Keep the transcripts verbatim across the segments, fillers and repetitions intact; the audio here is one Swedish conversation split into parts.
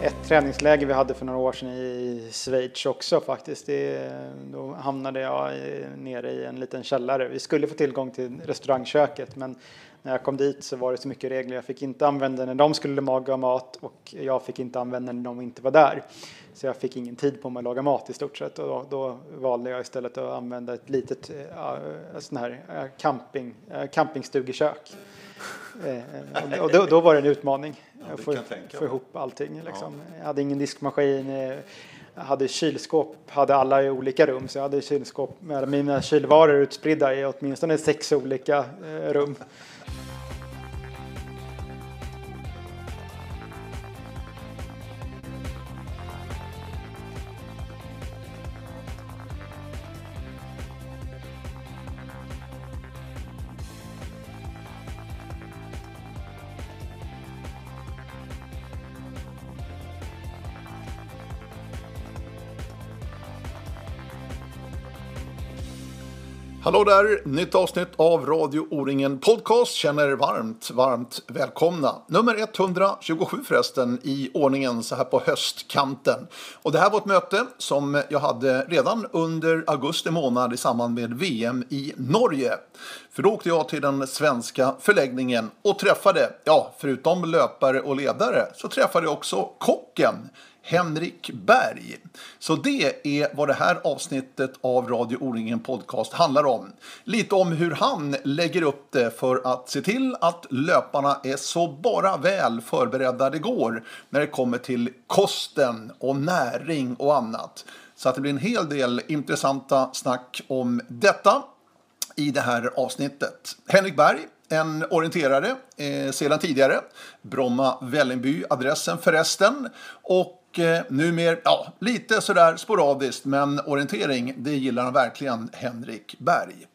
ett träningsläger vi hade för några år sedan i Schweiz också faktiskt. Det, då hamnade jag i, nere i en liten källare. Vi skulle få tillgång till restaurangköket, men när jag kom dit så var det så mycket regler. Jag fick inte använda när de skulle laga mat och jag fick inte använda när de inte var där. Så jag fick ingen tid på mig att laga mat i stort sett. Och då, då valde jag istället att använda ett litet äh, sån här camping, äh, campingstugekök. Eh, och då, då var det en utmaning ja, att få, få ihop allting. Liksom. Ja. Jag hade ingen diskmaskin, jag hade kylskåp, hade alla i olika rum. Så jag hade kylskåp med mina kylvaror utspridda i åtminstone sex olika eh, rum. Hallå där, nytt avsnitt av Radio O-ringen Podcast. Känner er varmt, varmt välkomna. Nummer etthundratjugosju förresten i ordningen så här på höstkanten. Och det här var ett möte som jag hade redan under augusti månad i samband med V M i Norge. För då åkte jag till den svenska förläggningen och träffade, ja förutom löpare och ledare, så träffade jag också kocken. Henrik Berg. Så det är vad det här avsnittet av Radio O-ringen Podcast handlar om. Lite om hur han lägger upp det för att se till att löparna är så bara väl förberedda det går när det kommer till kosten och näring och annat. Så att det blir en hel del intressanta snack om detta i det här avsnittet. Henrik Berg, en orienterare eh, sedan tidigare. Bromma Vällingby adressen förresten. Och eh, numera, ja, lite sådär sporadiskt, men orientering, det gillar han verkligen, Henrik Berg.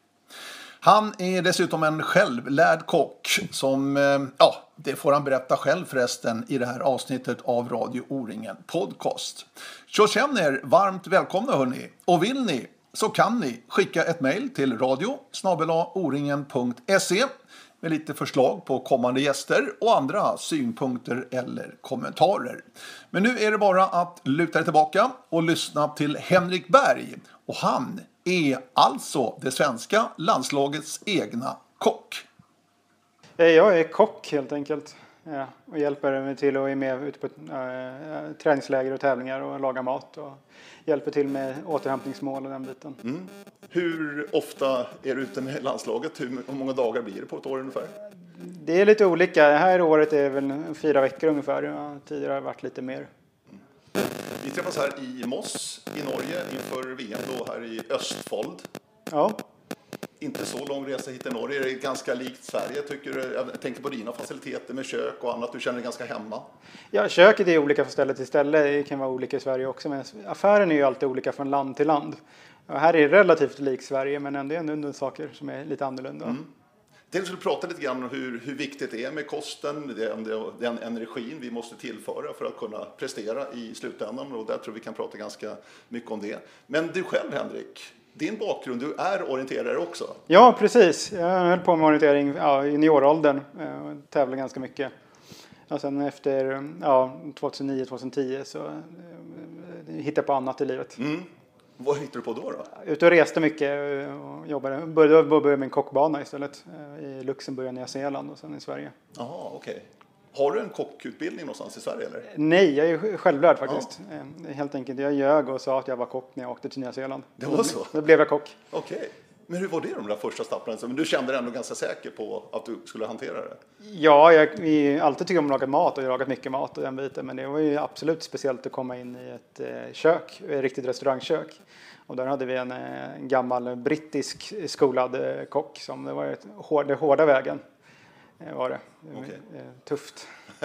Han är dessutom en självlärd kock som, eh, ja, det får han berätta själv förresten i det här avsnittet av Radio O-ringen Podcast. Så känn er varmt välkomna hörni, och vill ni så kan ni skicka ett mejl till radio snabel-a o-ringen punkt se med lite förslag på kommande gäster och andra synpunkter eller kommentarer. Men nu är det bara att luta er tillbaka och lyssna till Henrik Berg. Och han är alltså det svenska landslagets egna kock. Jag är kock helt enkelt. Ja, och hjälper mig till och är med ute på äh, träningsläger och tävlingar och lagar mat och hjälper till med återhämtningsmål och den biten. Mm. Hur ofta är du ute med landslaget? Hur många dagar blir det på ett år ungefär? Det är lite olika. Det här året är väl fyra veckor ungefär. Ja, tidigare har det varit lite mer. Mm. Vi träffas här i Moss i Norge inför V M då här i Östfold. Ja. Inte så lång resa hit till Norge. Det är ganska likt Sverige tycker du? Jag tänker på dina faciliteter med kök och annat. Du känner dig ganska hemma. Ja, köket är olika från ställe till ställe. Det kan vara olika i Sverige också. Men affären är ju alltid olika från land till land. Och här är det relativt lik Sverige, men ändå är det saker som är lite annorlunda. Mm. Jag skulle prata lite grann om hur, hur viktigt det är med kosten, den, den energin vi måste tillföra för att kunna prestera i slutändan. Och där tror vi kan prata ganska mycket om det. Men du själv Henrik, din bakgrund, du är orienterare också. Ja, precis. Jag höll på med orientering ja, i junioråldern och tävlade ganska mycket. Och sen efter ja, tjugohundranio tjugohundratio så eh, hittade jag på annat i livet. Mm. Vad hittade du på då? då? Ute och reste mycket och jobbade. Började börja med en kockbana istället i Luxemburg och Nya Zeeland och sen i Sverige. Jaha, okej. Okay. Har du en kockutbildning någonstans i Sverige eller? Nej, jag är självlärd faktiskt. Ja. Helt enkelt, jag ljög och sa att jag var kock när jag åkte till Nya Zeeland. Det var så? Då blev jag kock. Okej. Okay. Men hur var det de där första staplarna? Men du kände dig ändå ganska säker på att du skulle hantera det? Ja, jag har alltid tyckt om att laga mat och jag har lagat mycket mat och den biten. Men det var ju absolut speciellt att komma in i ett eh, kök, ett riktigt restaurangkök. Och där hade vi en, en gammal brittisk skolad eh, kock som det var ett hård, det hårda vägen. Det var det. Okay. Tufft.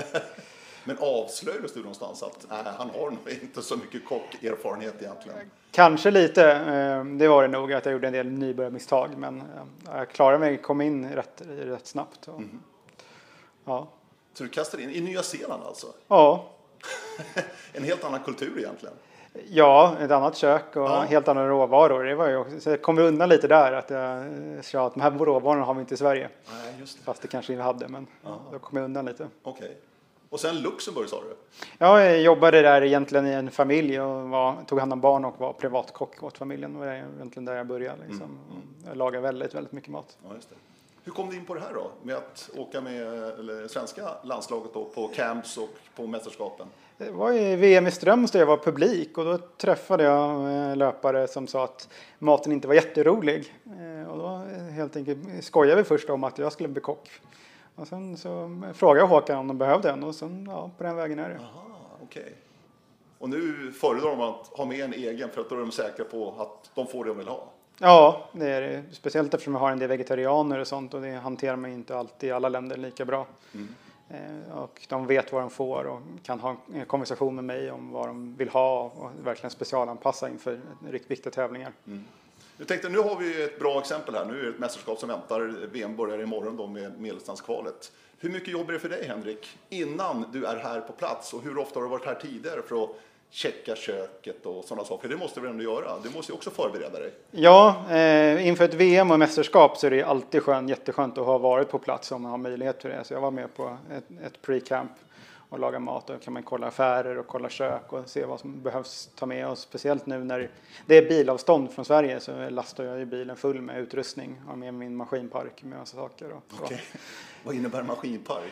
Men avslöjades du någonstans att nej, han har nog inte så mycket kockerfarenhet egentligen? Kanske lite. Det var det nog att jag gjorde en del nybörjarmisstag. Men jag klarade mig, kom in rätt, rätt snabbt. Och, mm. Ja. Så du kastade in i Nya Zeeland alltså? Ja. En helt annan kultur egentligen? Ja, ett annat kök och ja. helt andra råvaror. Det var ju också, så jag kom undan lite där att jag sa att de här råvarorna har vi inte i Sverige. Nej, just det. Fast det kanske vi hade, men ja. Då kom jag undan lite. Okej. Okay. Och sen Luxemburg sa du? Ja, jag jobbade där egentligen i en familj och var, tog hand om barn och var privatkock åt familjen. Det var egentligen där jag började. Liksom. Mm, mm. Jag lagade väldigt, väldigt mycket mat. Ja, just det. Hur kom du in på det här då? Med att åka med eller, svenska landslaget då, på camps och på mästerskapen? Det var i V M i Strömstad, jag var publik och då träffade jag löpare som sa att maten inte var jätterolig. Och då helt enkelt skojade vi först om att jag skulle bli kock. Och sen så frågade jag Håkan om de behövde en och sen ja, på den vägen är det. Aha, okej. Okay. Och nu föredrar de att ha med en egen för att då är de säkra på att de får det de vill ha. Ja, det är det. Speciellt eftersom vi har en del vegetarianer och sånt och det hanterar man inte alltid i alla länder lika bra. Mm. Eh, och de vet vad de får och kan ha en konversation med mig om vad de vill ha och verkligen specialanpassa inför viktiga tävlingar. Mm. Jag tänkte, nu har vi ett bra exempel här. Nu är det ett mästerskap som väntar. V M börjar imorgon då med medeldistanskvalet. Hur mycket jobb är det för dig, Henrik, innan du är här på plats? Och hur ofta har du varit här tidigare för att checka köket och sådana saker? Det måste du väl ändå göra? Du måste ju också förbereda dig. Ja, eh, inför ett V M och mästerskap så är det alltid skönt, jätteskönt att ha varit på plats om man har möjlighet till det. Så jag var med på ett, ett pre-camp och laga mat. Då kan man kolla affärer och kolla kök och se vad som behövs ta med oss. Speciellt nu när det är bilavstånd från Sverige så lastar jag i bilen full med utrustning. Har med min maskinpark med massa saker. Och okay. Vad innebär maskinpark?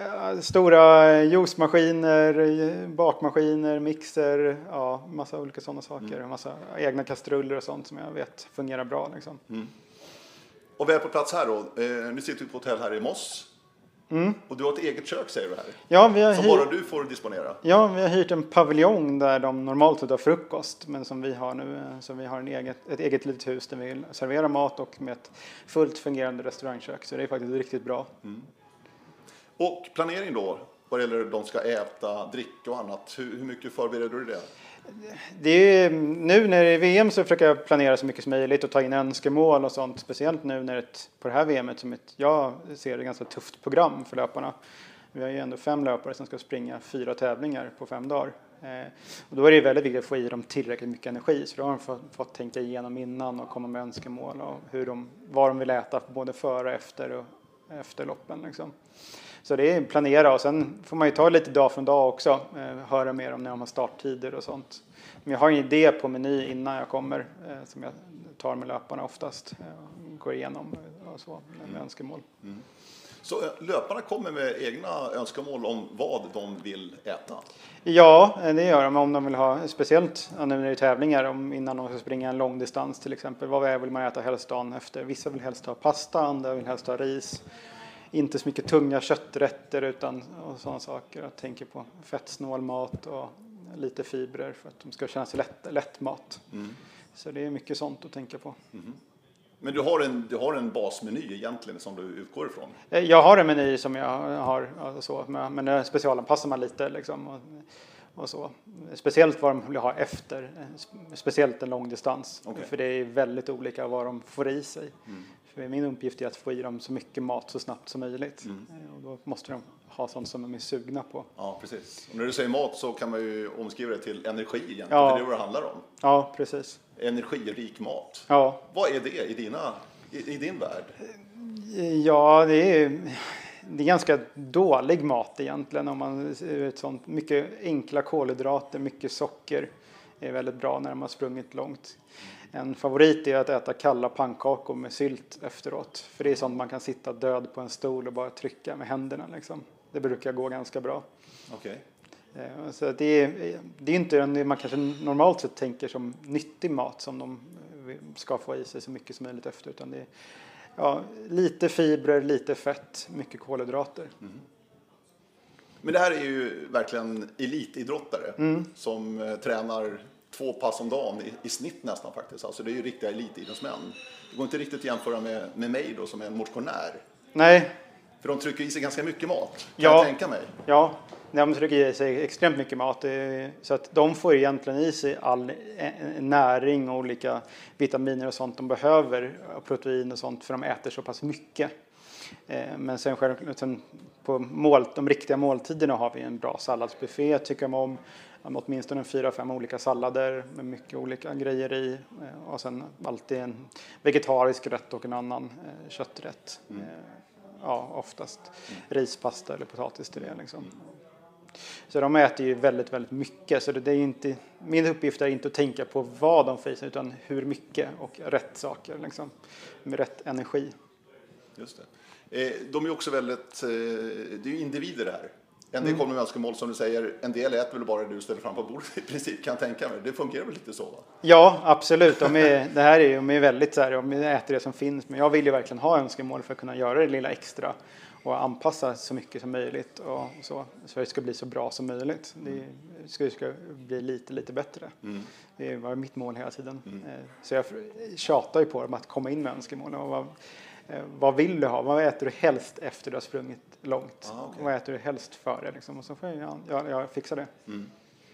Stora juicemaskiner, bakmaskiner, mixer, ja, massa olika sådana saker. Mm. Massa egna kastruller och sånt som jag vet fungerar bra. Liksom. Mm. Och vi är på plats här då. Eh, nu sitter vi på hotell här i Moss. Mm. Och du har ett eget kök säger du här. Ja, vi har som hyr... bara du får disponera. Ja, vi har hyrt en paviljong där de normalt har frukost. Men som vi har nu, så vi har en eget, ett eget litet hus där vi serverar mat och med ett fullt fungerande restaurangkök. Så det är faktiskt riktigt bra. Mm. Och planering då, vad gäller de ska äta, dricka och annat. Hur, hur mycket förbereder du det? Det är, nu när det är V M så försöker jag planera så mycket som möjligt och ta in önskemål och sånt. Speciellt nu när det på det här V M:et som ett, jag ser det ganska tufft program för löparna. Vi har ju ändå fem löpare som ska springa fyra tävlingar på fem dagar. Eh, och då är det väldigt viktigt att få i dem tillräckligt mycket energi. Så då har de fått, fått tänka igenom innan och komma med önskemål och hur de, vad de vill äta både före och efter, och efter loppen. Liksom. Så det är planera och sen får man ju ta lite dag från dag också. Eh, höra mer om när de har starttider och sånt. Men jag har en idé på meny innan jag kommer eh, som jag tar med löparna oftast. Eh, går igenom och så med mm. önskemål. Mm. Så löparna kommer med egna önskemål om vad de vill äta? Ja, det gör de om de vill ha, speciellt nu när det är tävlingar, om innan de ska springa en lång distans till exempel. Vad vill man äta helst dagen efter? Vissa vill helst ha pasta, andra vill helst ha ris. Inte så mycket tunga kötträtter utan och sådana saker. Jag tänker på fettsnål mat och lite fibrer för att de ska känna sig lätt, lätt mat. Mm. Så det är mycket sånt att tänka på. Mm. Men du har, en, du har en basmeny egentligen som du utgår ifrån? Jag har en meny som jag har, så, men det specialanpassar man lite. Liksom, och, och så. Speciellt vad de vill ha efter, speciellt en lång distans. Okay. För det är väldigt olika vad de får i sig. Mm. För min uppgift är att få i dem så mycket mat så snabbt som möjligt. Mm. Och då måste de ha sånt som de är sugna på. Ja, precis. Och när du säger mat så kan man ju omskriva det till energi egentligen. Ja. För det är vad det handlar om. Ja, precis. Energirik mat. Ja. Vad är det i, dina, i, i din värld? Ja, det är, det är ganska dålig mat egentligen. Om man ett sånt, mycket enkla kolhydrater, mycket socker är väldigt bra när man har sprungit långt. En favorit är att äta kalla pannkakor med sylt efteråt. För det är sånt man kan sitta död på en stol och bara trycka med händerna. Liksom. Det brukar gå ganska bra. Okej. Okay. Så det är, det är inte det man kanske normalt sett tänker som nyttig mat som de ska få i sig så mycket som möjligt efter. Utan det är ja, lite fibrer, lite fett, mycket kolhydrater. Mm. Men det här är ju verkligen elitidrottare mm. som eh, tränar två pass om dagen i, i snitt nästan faktiskt. Alltså det är ju riktiga elitidrottsmän. Det går inte riktigt att jämföra med, med mig då som är en motionär. Nej. För de trycker i sig ganska mycket mat, kan ja. jag tänka mig. Ja, de trycker i sig extremt mycket mat. Så att de får egentligen i sig all näring och olika vitaminer och sånt de behöver. Protein och sånt för de äter så pass mycket. Men sen, sen på mål, de riktiga måltiderna har vi en bra salladsbuffé tycker jag om. Åtminstone fyra, fem olika sallader med mycket olika grejer i. Och sen alltid en vegetarisk rätt och en annan eh, kötträtt. Mm. Eh, ja, oftast mm. rispasta eller potatis till det. Liksom. Så de äter ju väldigt, väldigt mycket. Så det är inte, min uppgift är inte att tänka på vad de får i sig, utan hur mycket och rätt saker, liksom, med rätt energi. Just det. De är också väldigt, det är ju individer här. En del kommer med önskemål som du säger, en del äter väl bara det du ställer fram på bordet i princip, kan jag tänka mig. Det fungerar väl lite så, va? Ja, absolut. De är, det här är ju de är väldigt så här, de äter det som finns, men jag vill ju verkligen ha önskemål för att kunna göra det lilla extra och anpassa så mycket som möjligt och så, så det ska bli så bra som möjligt. Det ska, ska bli lite, lite bättre. Mm. Det var mitt mål hela tiden. Mm. Så jag tjatar ju på dem att komma in med önskemål. Och vad, vad vill du ha? Vad äter du helst efter du har sprungit långt? Ah, okay. Vad äter du helst före? Liksom? Och så får jag, jag, jag fixa det. Mm.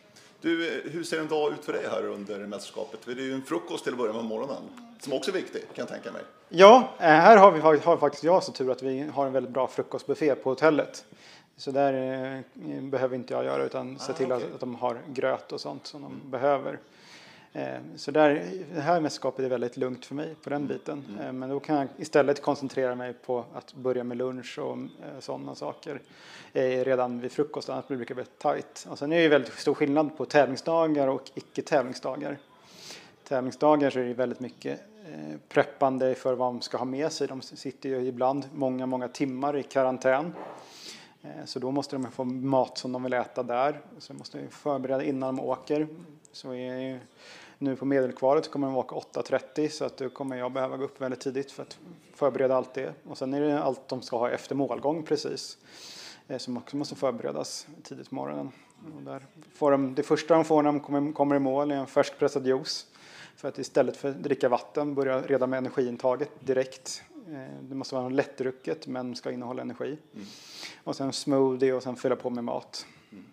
Du, hur ser en dag ut för dig här under mästerskapet? Det är ju en frukost till att börja med morgonen, som också är viktig, kan jag tänka mig. Ja, här har vi, har faktiskt jag så tur att vi har en väldigt bra frukostbuffé på hotellet. Så där eh, behöver inte jag göra, utan se till ah, okay. att, att de har gröt och sånt som de mm. behöver. Eh, så där, det här mästerskapet är väldigt lugnt för mig på den biten. Mm. Eh, men då kan jag istället koncentrera mig på att börja med lunch och eh, sådana saker eh, redan vid frukost, annars blir det väldigt tajt. Och sen är det ju väldigt stor skillnad på tävlingsdagar och icke-tävlingsdagar. Tävlingsdagar så är det väldigt mycket eh, preppande för vad de ska ha med sig. De sitter ju ibland många, många timmar i karantän. Eh, så då måste de få mat som de vill äta där. Så måste de förbereda innan de åker. Så är ju, nu på medelkvalet kommer de åka åtta trettio, så att då kommer jag behöva gå upp väldigt tidigt för att förbereda allt det. Och sen är det allt de ska ha efter målgång precis, eh, som också måste förberedas tidigt på morgonen. Och där får de, det första de får när de kommer, kommer i mål är en färskpressad juice. För att istället för att dricka vatten börja redan med energiintaget direkt. Det måste vara lättdrucket men ska innehålla energi. Mm. Och sen smoothie och sen fylla på med mat. Mm.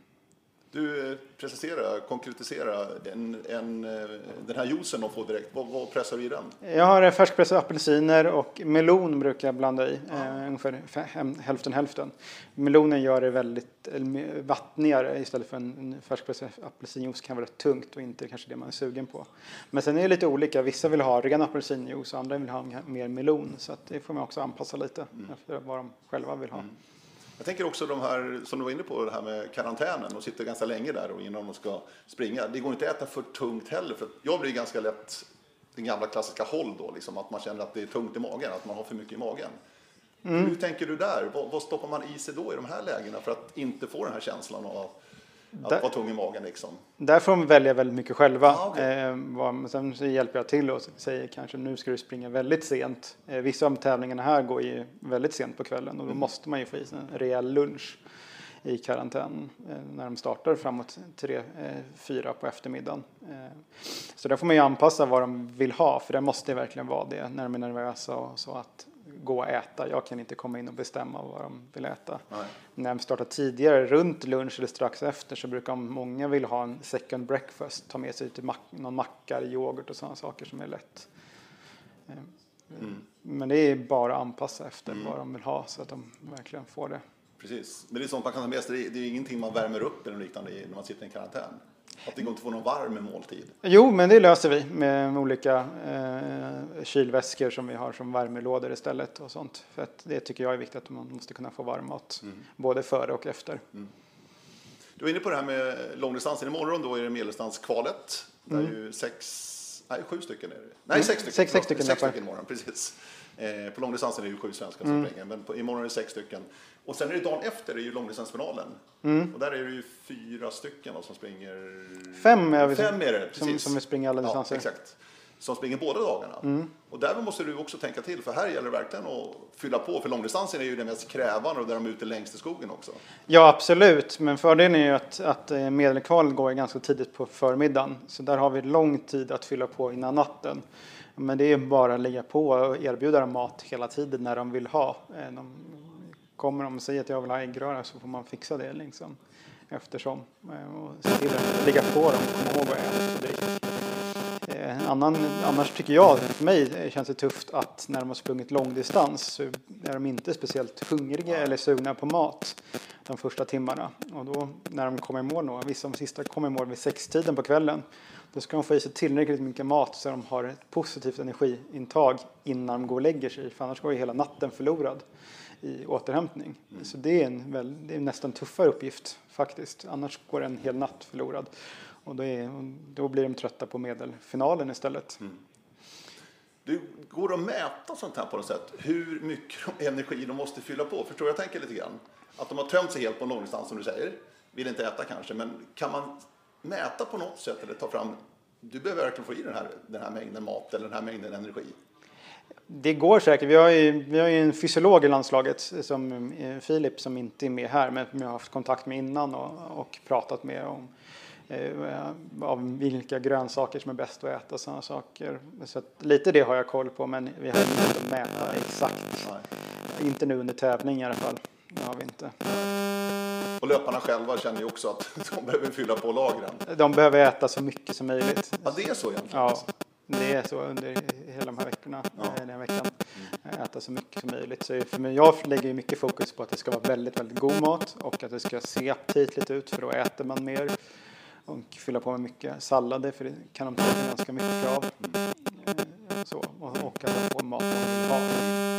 Du, precisera, konkretisera en, en, den här juicen de får direkt. Vad, vad pressar vi i den? Jag har färskpressade apelsiner och melon brukar jag blanda i. Ah. Eh, ungefär hälften hälften. Melonen gör det väldigt vattnigare istället för en färskpressad apelsinjuice kan vara rätt tungt och inte kanske det man är sugen på. Men sen är det lite olika. Vissa vill ha ren apelsinjuice och andra vill ha mer melon. Så att det får man också anpassa lite mm. efter vad de själva vill ha. Mm. Jag tänker också de här, som du var inne på, det här med karantänen och sitter ganska länge där och innan de ska springa. Det går inte att äta för tungt heller, för jag blir ganska lätt den gamla klassiska håll då, liksom, att man känner att det är tungt i magen, att man har för mycket i magen. Mm. Hur tänker du där? Vad, vad stoppar man i sig då i de här lägena för att inte få den här känslan av att där, vara tung i magen liksom? Där får de välja väldigt mycket själva. Ah, okay. eh, vad, sen så hjälper jag till och säger kanske nu ska du springa väldigt sent. Eh, vissa av tävlingarna här går ju väldigt sent på kvällen och då mm. måste man ju få i sig en rejäl lunch i karantän eh, när de startar framåt tre, eh, fyra på eftermiddagen. Eh, så där får man ju anpassa vad de vill ha, för det måste verkligen vara det när de är nervösa och så att gå och äta. Jag kan inte komma in och bestämma vad de vill äta. Nej. När de startar tidigare, runt lunch eller strax efter, så brukar många vilja ha en second breakfast. Ta med sig till mack, någon macka, yoghurt och sådana saker som är lätt. Mm. Men det är bara att anpassa efter mm. vad de vill ha så att de verkligen får det. Precis, men det är sånt man kan ta med sig. Det är ingenting man värmer upp eller liknande när man sitter i en karantän. Att det går inte att få någon varm måltid. Jo, men det löser vi med olika eh, kylväskor som vi har som värmelådor istället och sånt. För att det tycker jag är viktigt att man måste kunna få varm mat mm. både före och efter. Mm. Du är inne på det här med långdistansen. Imorgon då är det medeldistanskvalet. Mm. Det är ju sex, nej sju stycken är det. Nej, mm. sex stycken. Sex, sex stycken, sex stycken imorgon, precis. Eh, på långdistansen är det ju sju svenskar som mm. springer, men på, imorgon är det sex stycken. Och sen är det dagen efter, det är ju långdistansfinalen. Mm. Och där är det ju fyra stycken som springer... Fem är, vi, Fem är det, precis. Som, som springer alla distanser. Ja, exakt. Som springer båda dagarna. Mm. Och där måste du också tänka till, för här gäller det verkligen att fylla på. För långdistansen är ju det mest krävande och där de är ute längst i skogen också. Ja, absolut. Men fördelen är ju att, att medelkvalet går ganska tidigt på förmiddagen. Så där har vi lång tid att fylla på innan natten. Men det är bara att lägga på och erbjuda dem mat hela tiden när de vill ha. De kommer de och säger att jag vill ha äggröra så får man fixa det liksom. Eftersom. Och se till att lägga på dem och komma ihåg att äta och dricka. Eh, annan, annars tycker jag, för mig känns det tufft att när de har sprungit långdistans så är de inte speciellt hungriga eller sugna på mat de första timmarna. Och då när de kommer i mål, då, vissa av de sista kommer i mål vid sextiden på kvällen, då ska de få i sig tillräckligt mycket mat så de har ett positivt energiintag innan de går och lägger sig. För annars går ju hela natten förlorad i återhämtning. Mm. Så det är en väl, det är nästan tuffare uppgift faktiskt. Annars går en hel natt förlorad. Och då, är, då blir de trötta på medelfinalen istället. Mm. Det går att mäta sånt här på något sätt. Hur mycket energi de måste fylla på. Förstår jag tänker lite grann? Att de har tömt sig helt på en långdistans som du säger. Vill inte äta kanske. Men kan man mäta på något sätt eller ta fram. Du behöver verkligen få i den här, den här mängden mat eller den här mängden energi. Det går säkert. Vi har ju, vi har ju en fysiolog i landslaget som Filip som inte är med här. Men jag har haft kontakt med innan och, och pratat med om. Av vilka grönsaker som är bäst att äta, sådana saker. Så att lite det har jag koll på, men vi har inte att mäta exakt. Nej. Inte nu under tävling i alla fall. Det har vi inte. Och löparna själva känner ju också att de behöver fylla på lagren. De behöver äta så mycket som möjligt. Ja, det är så egentligen. Ja, det är så under hela de här veckorna. Ja. Den här veckan. Mm. Äta så mycket som möjligt. Så för mig, jag lägger ju mycket fokus på att det ska vara väldigt, väldigt god mat. Och att det ska se aptitligt ut, för då äter man mer. Och fylla på med mycket sallader, för det kan de ta ganska mycket av. Så, och, och att få mat man vill ha.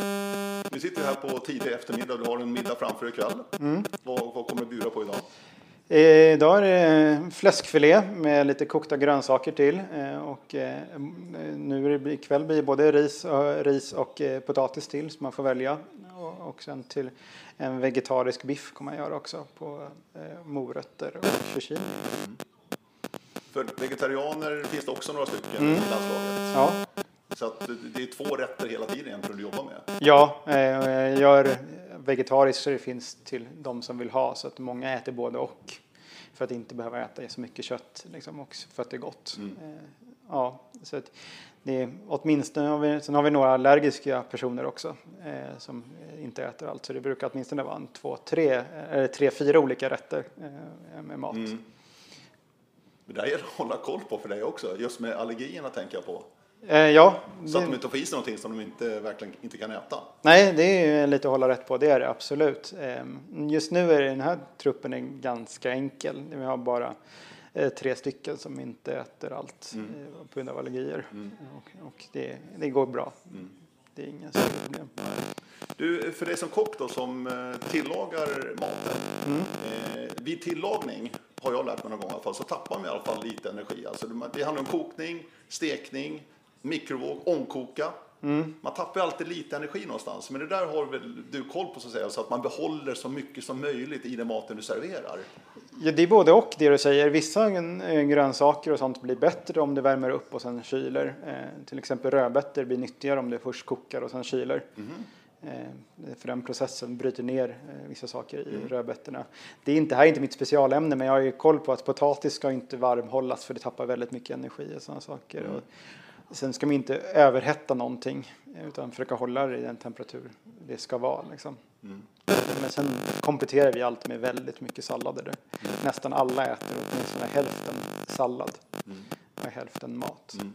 Vi sitter här på tidig eftermiddag. Du har en middag framför ikväll. Mm. Vad, vad kommer du bjuda på idag? Eh, idag är det fläskfilé med lite kokta grönsaker till. Eh, och eh, nu är det, ikväll blir det både ris och, ris och eh, potatis till som man får välja. Och, och sen till en vegetarisk biff kommer jag göra också på eh, morötter och zucchini. Mm. För vegetarianer finns det också några stycken mm. i landslaget. Ja. Så att det är två rätter hela tiden egentligen du jobbar med. Ja, jag gör vegetariskt så det finns till de som vill ha. Så att många äter både och. För att inte behöva äta så mycket kött. Liksom, och för att det är gott. Mm. Ja, så att det är, åtminstone har vi, sen har vi några allergiska personer också. Eh, som inte äter allt. Så det brukar åtminstone vara en två, tre, eller tre, fyra olika rätter eh, med mat. Mm. Det där är att hålla koll på för dig också. Just med allergierna tänker jag på. Eh, ja. Så att de inte får i sig någonting som de inte, verkligen inte kan äta. Nej, det är lite att hålla rätt på. Det är det absolut. Eh, just nu är den här truppen är ganska enkel. Vi har bara eh, tre stycken som inte äter allt mm. eh, på grund av allergier. Mm. Och, och det, det går bra. Mm. Det är inga större problem. Du, för dig som kock då, som tillagar maten. Mm. Eh, vid tillagning har jag lärt mig någon gång i alla fall, så tappar man i alla fall lite energi. Alltså det handlar om kokning, stekning, mikrovåg, ångkoka. Mm. Man tappar alltid lite energi någonstans. Men det där har väl du koll på så att säga, så att man behåller så mycket som möjligt i den maten du serverar. Ja, det är både och det du säger. Vissa grönsaker och sånt blir bättre om det värmer upp och sen kyler. Eh, till exempel rödbetor blir nyttigare om det först kokar och sen kyler. Mm. Eh, för den processen bryter ner eh, vissa saker i mm. rödbetorna. Det är inte, här är inte mitt specialämne, men jag har ju koll på att potatis ska inte varmhållas för det tappar väldigt mycket energi och sådana saker. Mm. Och sen ska man inte överhetta någonting utan försöka hålla det i den temperatur det ska vara. Liksom. Mm. Men sen kompletterar vi allt med väldigt mycket sallader. Mm. Nästan alla äter åtminstone hälften sallad mm. och hälften mat. Mm.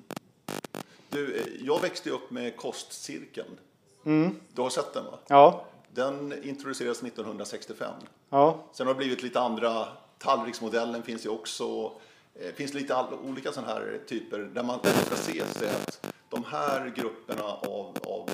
Du, jag växte upp med kostcirkeln. Mm. Du har sett den va? Ja. Den introducerades nittonhundrasextiofem. Ja. Sen har det blivit lite andra, tallriksmodellen finns ju också. Det finns lite all, olika sådana här typer där man ska se sig att de här grupperna av, av,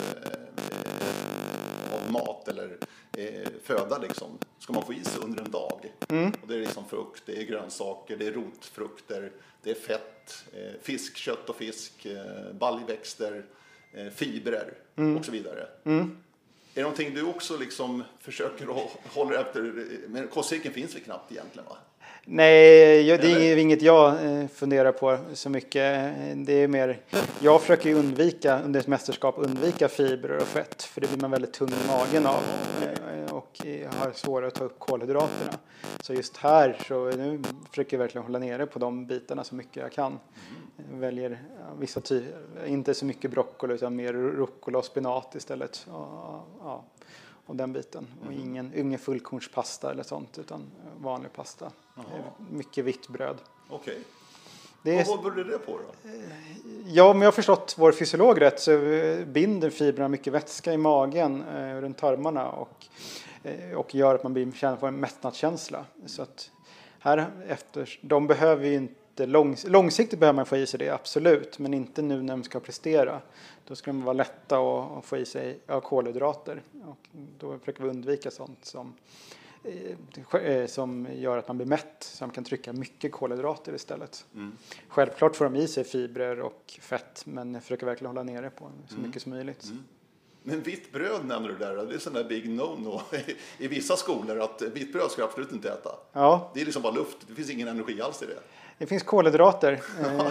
eh, av mat eller eh, föda liksom, ska man få i sig under en dag. Mm. Och det är liksom frukt, det är grönsaker, det är rotfrukter, det är fett, eh, fisk, kött och fisk, eh, baljväxter, eh, fibrer mm. och så vidare. Mm. Är det någonting du också liksom försöker att hålla efter? Men kostcirkeln finns väl knappt egentligen va? Nej, det är inget jag funderar på så mycket. Det är mer, jag försöker undvika under ett mästerskap undvika fibrer och fett. För det blir man väldigt tung i magen av och har svårare att ta upp kolhydraterna. Så just här så nu försöker jag verkligen hålla nere på de bitarna så mycket jag kan. Jag väljer vissa typer, inte så mycket broccoli utan mer rucola och spinat istället. Ja, ja. Och den biten. Och ingen, ingen fullkornspasta eller sånt utan vanlig pasta. Mycket vitt bröd. Okej. Okay. Är... Vad beror det på då? Ja, om jag har förstått vår fysiolog rätt så binder fibrerna mycket vätska i magen eh, runt tarmarna och, eh, och gör att man blir, får en mättnadskänsla. Så att här efter, de behöver ju inte inte långs- långsiktigt behöver man få i sig det, absolut. Men inte nu när de ska prestera. Då ska de vara lätta att, att få i sig ja, kolhydrater. Och då försöker vi undvika sånt som, eh, som gör att man blir mätt. Så man kan trycka mycket kolhydrater istället. Mm. Självklart får de i sig fibrer och fett. Men jag försöker verkligen hålla nere på så mycket mm. som möjligt. Mm. Men vitt bröd nämner du där, det är sån där big no-no i vissa skolor att vitt bröd ska jag absolut inte äta. Ja. Det är liksom bara luft, det finns ingen energi alls i det. Det finns kolhydrater.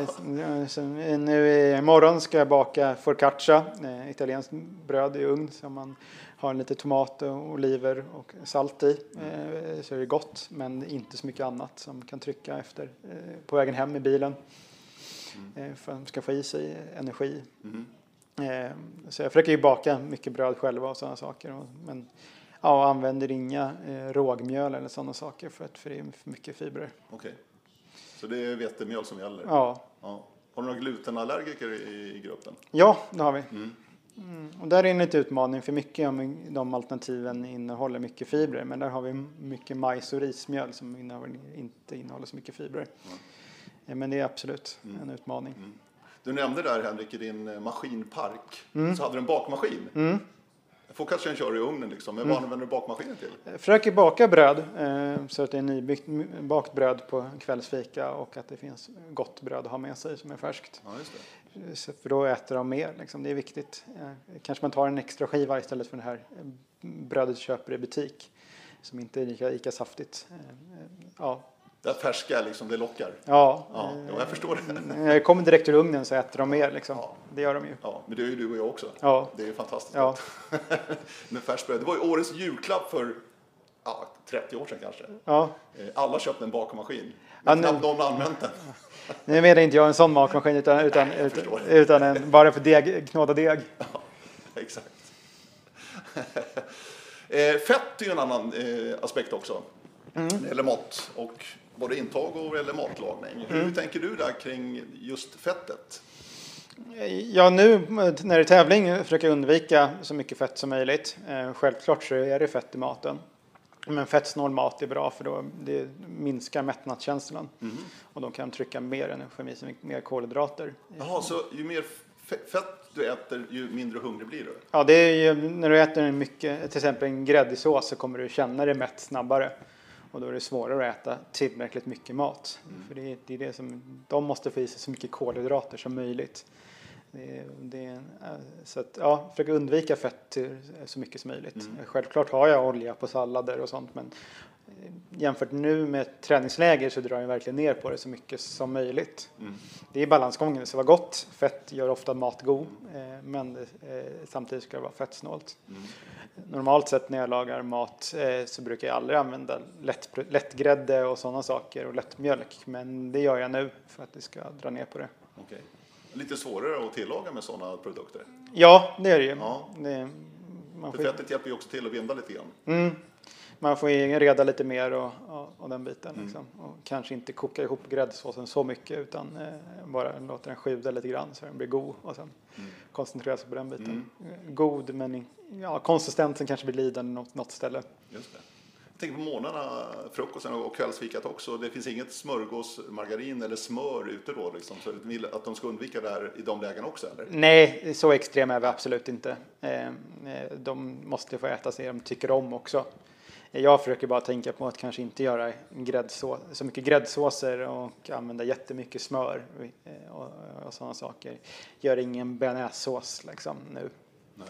Nu imorgon ska jag baka focaccia, italienskt bröd i ugn som man har lite tomat och oliver och salt i. Mm. Så är det gott, men inte så mycket annat som kan trycka efter på vägen hem i bilen. Mm. För att man ska få i sig energi. Mm. Så jag försöker ju baka mycket bröd själva och sådana saker. Men ja, använder inga rågmjöl eller sådana saker för att för det är för mycket fibrer. Okej. Så det är vetemjöl som gäller? Ja. Ja. Har du några glutenallergiker i, i gruppen? Ja, det har vi. Mm. Mm. Och där är en lite utmaning för mycket om de alternativen innehåller mycket fibrer. Men där har vi mycket majs och rismjöl som innehåller, inte innehåller så mycket fibrer. Mm. Men det är absolut mm. en utmaning. Mm. Du nämnde där, Henrik, i din maskinpark mm. så hade du en bakmaskin. Mm. Focaccian kör i ugnen liksom. Men vad mm. använder du bakmaskinen till? Jag försöker baka bröd eh, så att det är nybakt bakt bröd på kvällsfika och att det finns gott bröd att ha med sig som är färskt. Ja, just det. Så för då äter de mer. Liksom. Det är viktigt. Eh, kanske man tar en extra skiva istället för det här brödet du köper i butik som inte är lika, lika saftigt. Eh, ja. Det färska liksom, det lockar. Ja, ja jag förstår det. När jag kommer direkt ur ugnen så äter de mer liksom. Ja. Det gör de ju. Ja, men det är ju du och jag också. Ja. Det är ju fantastiskt. Ja. Med färskbröd. Det var ju årets julklapp för ja, trettio år sedan kanske. Ja. Alla köpte en bakmaskin. Men ja, knappt någon använt den. Nu menar inte jag en sån bakmaskin utan, utan, Nej, utan, utan en, bara för deg, knåda deg. Ja, exakt. Fett är ju en annan eh, aspekt också. Mm. Eller mat och både intag och eller matlagning. Hur mm. tänker du där kring just fettet? Ja, nu när det är tävling försöker jag undvika så mycket fett som möjligt. Självklart så är det fett i maten. Men fettsnål mat är bra för då det minskar mättnadskänslan. Mm. Och de kan trycka mer energi, mer kolhydrater. Jaha, så ju mer fett du äter, ju mindre hungrig blir du? Ja, det är ju, när du äter mycket, till exempel en gräddig sås så kommer du känna dig mätt snabbare. Och då är det svårare att äta tillräckligt mycket mat. Mm. För det är, det är det som, de måste få i sig så mycket kolhydrater som möjligt. Det, det, så att, ja, försöka undvika fett så mycket som möjligt. Mm. Självklart har jag olja på sallader och sånt. Men jämfört nu med träningsläger så drar jag verkligen ner på det så mycket som möjligt. Mm. Det är balansgången. Det ska vara gott. Fett gör ofta mat god. Eh, men eh, samtidigt ska det vara fettsnålt. Mm. Normalt sett när jag lagar mat eh, så brukar jag aldrig använda lätt, lättgrädde och sådana saker och lättmjölk. Men det gör jag nu för att det ska dra ner på det. Okej. Lite svårare att tillaga med sådana produkter? Ja, det är det ju. Ja. Det, man får... Fettet hjälper ju också till att binda lite grann. Mm. Man får ju reda lite mer och, och, och den biten. Mm. Liksom. Och kanske inte koka ihop gräddsåsen så mycket utan eh, bara låta den sjuda lite grann så den blir god och sen mm. koncentrera sig på den biten. Mm. God men ja, konsistensen kanske blir lidande något, något ställe. Just det. Jag tänker på morgnarna, frukosten och kvällsfikat också. Det finns inget smörgås, margarin eller smör ute då liksom, så att de ska undvika det här i de lägen också eller? Nej, så extrem är vi absolut inte. Eh, de måste få äta sig de tycker om också. Jag försöker bara tänka på att kanske inte göra gräddsås, så mycket gräddsåser och använda jättemycket smör och, och sådana saker. Gör ingen bearnaisesås liksom nu. Nej.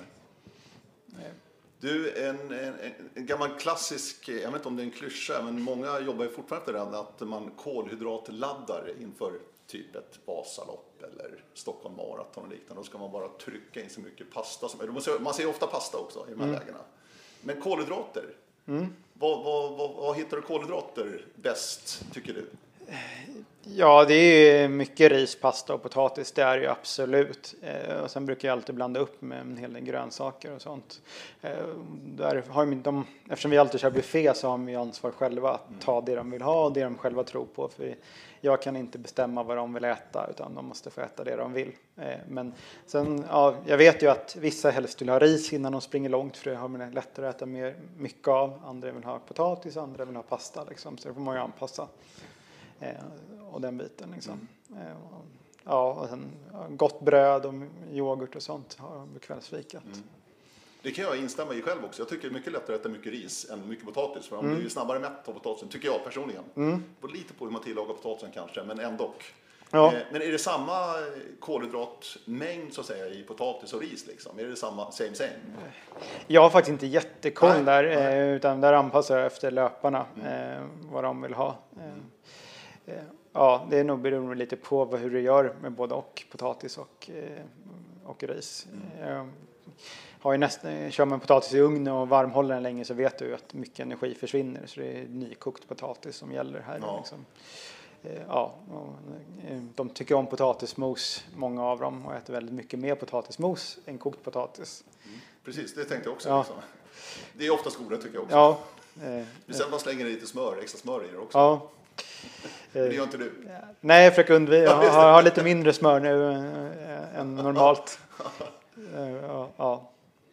Du, en, en, en gammal klassisk, jag vet inte om det är en klyscha, men många jobbar ju fortfarande efter den att man kolhydratladdar inför typ ett Vasalopp eller Stockholm Marathon och liknande. Då ska man bara trycka in så mycket pasta som man ser ofta pasta också i de här mm. lägena. Men kolhydrater, mm. vad, vad, vad, vad hittar du kolhydrater bäst tycker du? Ja, det är mycket ris, pasta och potatis, det är ju absolut. Eh, och sen brukar jag alltid blanda upp med en hel del grönsaker och sånt. Eh, där har de, eftersom vi alltid kör buffé så har vi ansvar själva att ta det de vill ha och det de själva tror på. För jag kan inte bestämma vad de vill äta utan de måste få äta det de vill. Eh, men sen, ja, jag vet ju att vissa helst vill ha ris innan de springer långt för det har man lättare att äta mer, mycket av. Andra vill ha potatis, andra vill ha pasta liksom, så det får man ju anpassa. och den biten liksom. Mm. Ja, och sen gott bröd och yoghurt och sånt har på kvällsfikat. Mm. Det kan jag instämma i själv också. Jag tycker det är mycket lättare att äta mycket ris än mycket potatis. För om mm. du är snabbare mätt av potatisen, tycker jag personligen. Mm. Det beror lite på hur man tillagar potatisen kanske, men ändå. Ja. Men är det samma kolhydratmängd så att säga i potatis och ris liksom? Är det samma, same same? Jag har faktiskt inte jättekoll nej, där, nej. Utan där anpassar jag efter löparna mm. vad de vill ha. Mm. Ja, det är nog beroende lite på hur du gör med både och potatis och, och ris. Mm. Har ju nästan, kör man potatis i ugn och varmhåller den länge så vet du att mycket energi försvinner. Så det är nykokt potatis som gäller här. Ja. Liksom. Ja, de tycker om potatismos, många av dem, och äter väldigt mycket mer potatismos än kokt potatis. Mm. Precis, det tänkte jag också. Ja. Liksom. Det är ofta goda tycker jag också. Ja. Vi sen man slänger lite smör, extra smör i det också. Ja. Men det gör inte du? Nej, jag försöker undvika. Jag har, har lite mindre smör nu än normalt. Ja, ja.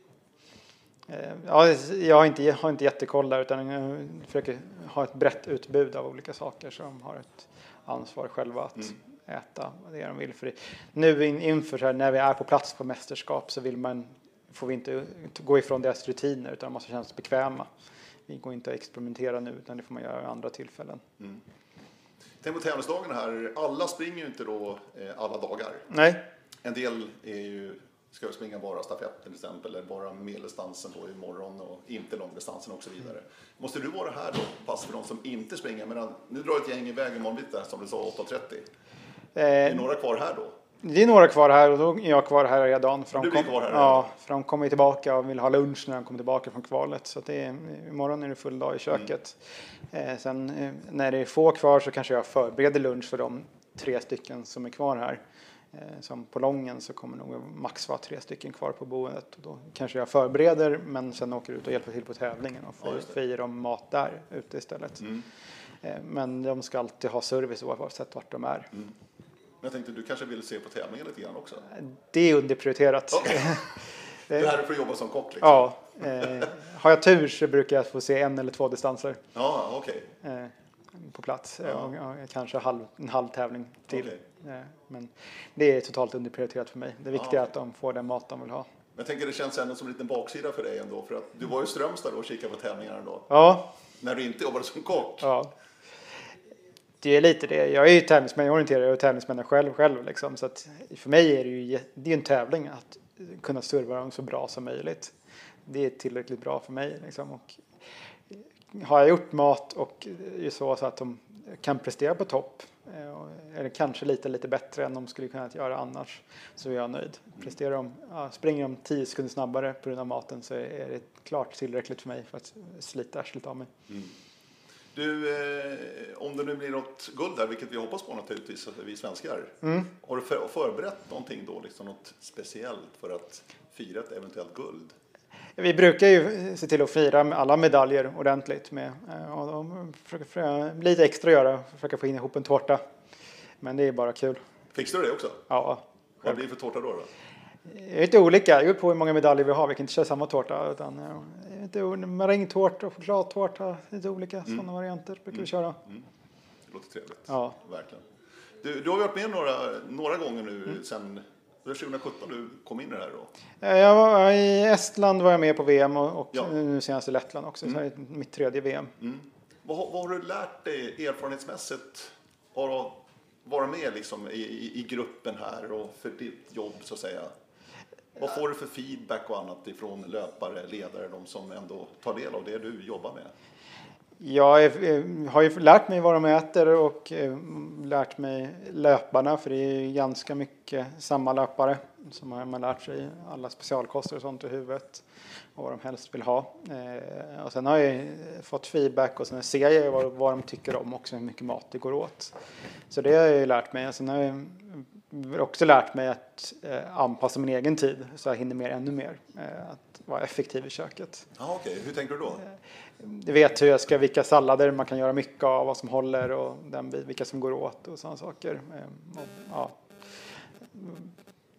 Ja, jag har inte, jag har inte jättekoll där, utan jag försöker ha ett brett utbud av olika saker så de har ett ansvar själva att mm. äta det de vill. För det. Nu inför så här, när vi är på plats på mästerskap så vill man, får vi inte gå ifrån deras rutiner utan de måste kännas bekväma. Vi går inte att experimentera nu utan det får man göra vid andra tillfällen. Mm. Tänk på tävlingsdagen här. Alla springer ju inte då eh, alla dagar. Nej. En del är ju, ska springa bara stafett till exempel, eller bara medeldistansen då imorgon och inte långdistansen och så vidare. Måste du vara här då, pass för de som inte springer? Men nu drar ett gäng iväg imorgon bitti som du sa åtta trettio. Eh, är det några kvar här då? Det är några kvar här och då är jag kvar här redan. För du blir kvar här? Ja, för de kommer tillbaka och vill ha lunch när de kommer tillbaka från kvalet. Så att det är, imorgon är det full dag i köket. Mm. Eh, sen eh, när det är få kvar så kanske jag förbereder lunch för de tre stycken som är kvar här. Eh, som på lången så kommer nog max vara tre stycken kvar på boendet. Och då kanske jag förbereder men sen åker ut och hjälper till på tävlingen och får, ja, får i dem mat där ute istället. Mm. Eh, men de ska alltid ha service oavsett vart de är. Mm. Jag tänkte du kanske vill se på tävlingen lite grann också. Det är underprioriterat. Okay. Du är här för att jobba som kock liksom. Ja. Eh, har jag tur så brukar jag få se en eller två distanser. Ja, okej. Okay. Eh, på plats. Ja. Och, och, kanske halv, en halv tävling till. Okay. Eh, men det är totalt underprioriterat för mig. Det viktiga ja. är att de får den mat de vill ha. Jag tänker det känns ändå som en liten baksida för dig ändå. För att du var ju Strömstad då och kikade på tävlingarna då. Ja. När du inte jobbade som kock. Ja. Det är lite det. Jag är ju tävlingsmän, jag orienterar och tävlingsmän själv själv liksom. Så att för mig är det ju det är en tävling att kunna serva dem så bra som möjligt. Det är tillräckligt bra för mig liksom. Och har jag gjort mat och är så, så att de kan prestera på topp eller kanske lite lite bättre än de skulle kunna göra annars, så är jag nöjd. Presterar de, ja, springer de tio sekunder snabbare på grund av maten så är det klart tillräckligt för mig för att slita arslet av mig. Mm. Du, eh, om det nu blir något guld där, vilket vi hoppas på naturligtvis, vi svenskar. Mm. Har du för, förberett någonting då, liksom något speciellt för att fira ett eventuellt guld? Vi brukar ju se till att fira med alla medaljer ordentligt med. Och de försöker lite extra göra, försöka få in ihop en tårta. Men det är bara kul. Fixar du det också? Ja. Vad blir det för tårta då? då? Det är inte olika. Jag går på hur många medaljer vi har. Vi kan inte köra samma tårta. Utan inte marängtårta och chokladtårta. Lite olika mm. sådana varianter brukar mm. vi köra. Mm. Det låter trevligt. Ja. Verkligen. Du, du har varit med några, några gånger nu mm. sen tjugo sjutton du kom in i det här då? Jag var, I Estland var jag med på V M och, och ja. nu senast i Lettland också. Mm. Så här är mitt tredje V M. Mm. Vad, vad har du lärt dig erfarenhetsmässigt av att vara med liksom, i, i gruppen här och för ditt jobb så att säga? Vad får du för feedback och annat ifrån löpare, ledare, de som ändå tar del av det du jobbar med? Jag är, har ju lärt mig vad de äter och eh, lärt mig löparna, för det är ganska mycket samma löpare som har man lärt sig alla specialkoster och sånt i huvudet och vad de helst vill ha. Eh, och sen har jag fått feedback och sen ser jag vad, vad de tycker om också, hur mycket mat det går åt. Så det har jag ju lärt mig. Och sen har jag också lärt mig att eh, anpassa min egen tid så jag hinner mer ännu mer. Eh, att vara effektiv i köket. Ja, okej. Okay. Hur tänker du då? Jag vet hur jag ska, vilka sallader man kan göra mycket av, vad som håller och den, vilka som går åt och sådana saker. Och, ja.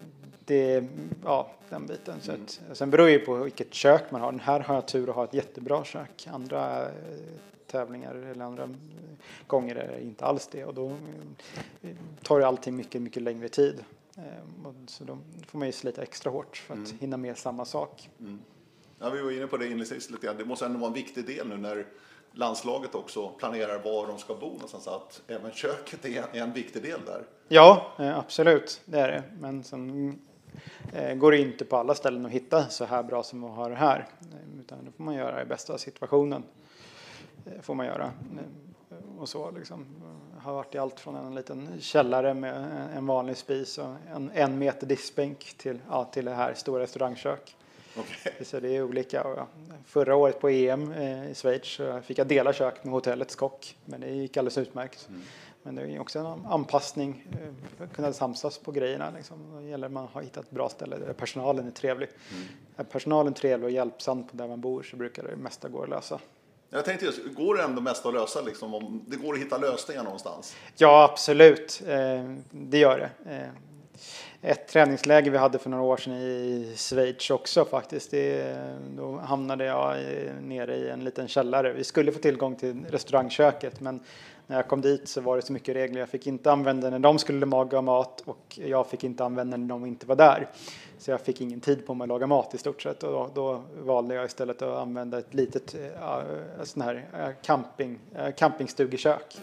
det, ja, den biten. Så att, sen beror det ju på vilket kök man har. Den här har jag tur att ha ett jättebra kök. Andra eh, tävlingar eller andra gånger är det inte alls det. Och då eh, tar det alltid mycket, mycket längre tid. Eh, och så då får man ju slita extra hårt för att mm. hinna med samma sak. Mm. Ja, vi var inne på det inledningsvis lite grann. Det måste ändå vara en viktig del nu när landslaget också planerar var de ska bo någonstans, att även köket är en viktig del där. Ja, absolut, det är det. Men sen eh, går det inte på alla ställen att hitta så här bra som vi har här. Utan då får man göra i bästa situationen. Eh, får man göra. Eh, och så liksom. Jag har varit i allt från en liten källare med en vanlig spis och en en meter diskbänk till, ja, till det här stora restaurangkök. Okay. Så det är olika. Förra året på E M i Schweiz så fick jag dela kök med hotellets kock. Men det gick alldeles utmärkt. Mm. Men det är också en anpassning. För att kunna samsas på grejerna. Liksom. Det gäller att man har hittat ett bra ställe där personalen är trevlig. Mm. Är personalen trevlig och hjälpsam på där man bor så brukar det mesta gå att lösa. Jag tänkte just, går det ändå mest att lösa liksom, om det går att hitta lösningar någonstans? Ja, absolut. Det gör det. Ett träningsläge vi hade för några år sedan i Schweiz också faktiskt. Det, då hamnade jag nere i en liten källare. Vi skulle få tillgång till restaurangköket, men när jag kom dit så var det så mycket regler. Jag fick inte använda när de skulle laga mat och jag fick inte använda när de inte var där. Så jag fick ingen tid på mig att laga mat i stort sett. Och då, då valde jag istället att använda ett litet äh, sån här camping, äh, campingstugekök.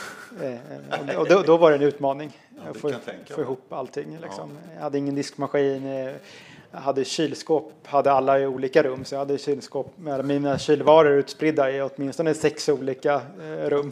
Eh, och då, då var det en utmaning ja, att få, få ihop allting. Liksom. Ja. Jag hade ingen diskmaskin, jag hade kylskåp, hade alla i olika rum. Så jag hade kylskåp med mina kylvaror utspridda i åtminstone sex olika eh, rum.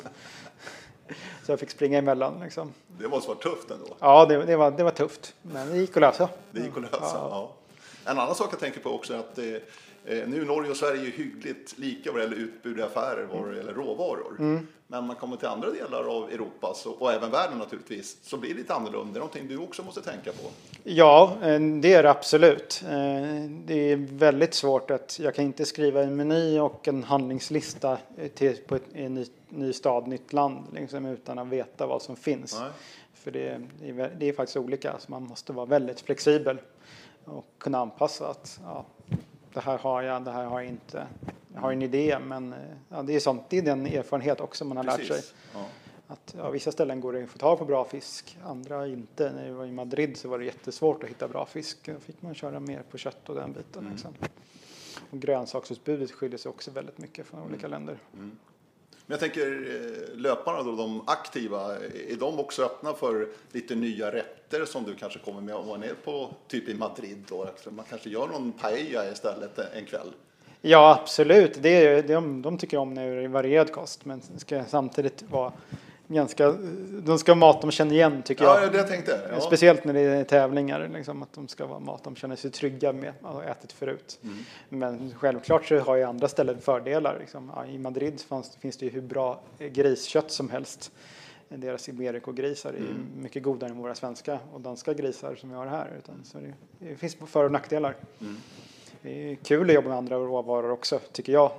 Så jag fick springa emellan. Liksom. Det måste vara tufft ändå. Ja, det, det, var, det var tufft. Men det gick att lösa. Det gick att lösa, ja. ja. En annan sak jag tänker på också är att eh, nu Norge och Sverige är hyggligt lika vad det gäller utbud i affärer, vad det gäller råvaror. Mm. Men man kommer till andra delar av Europa så, och även världen naturligtvis, så blir det lite annorlunda. Det är någonting du också måste tänka på. Ja, det är det absolut. Det är väldigt svårt att, jag kan inte skriva en meny och en handlingslista till, på ett, en ny, ny stad, nytt land liksom, utan att veta vad som finns. Nej. För det, det, är, det är faktiskt olika, så man måste vara väldigt flexibel och kunna anpassa att ja, det här har jag, det här har jag inte. Jag har en idé, men ja, det är sånt, det är den erfarenhet också man har Precis. lärt sig. Ja. Att ja, vissa ställen går det att få tag på bra fisk, andra inte. När jag var i Madrid så var det jättesvårt att hitta bra fisk. Då fick man köra mer på kött och den biten. Mm. Liksom. Och grönsaksutbudet skiljer sig också väldigt mycket från mm. olika länder. Mm. Men jag tänker löparna då, de aktiva, är de också öppna för lite nya rätter som du kanske kommer med om man är på typ i Madrid då? Man kanske gör någon paella istället en kväll. Ja, absolut. Det är, de, de tycker om när det är varierad kost, men ska samtidigt vara ganska, de ska ha mat de känner igen tycker ja, jag. Ja, det tänkte jag. Ja. Speciellt när det är tävlingar, liksom, att de ska vara mat de känner sig trygga med att ha ätit förut. Mm. Men självklart så har ju andra ställen fördelar. Liksom. Ja, i Madrid fanns, finns det ju hur bra griskött som helst. Deras Iberico-grisar är mm. mycket godare än våra svenska och danska grisar som vi har här. Utan, så det, det finns för- och nackdelar. Mm. Det är kul att jobba med andra råvaror också, tycker jag.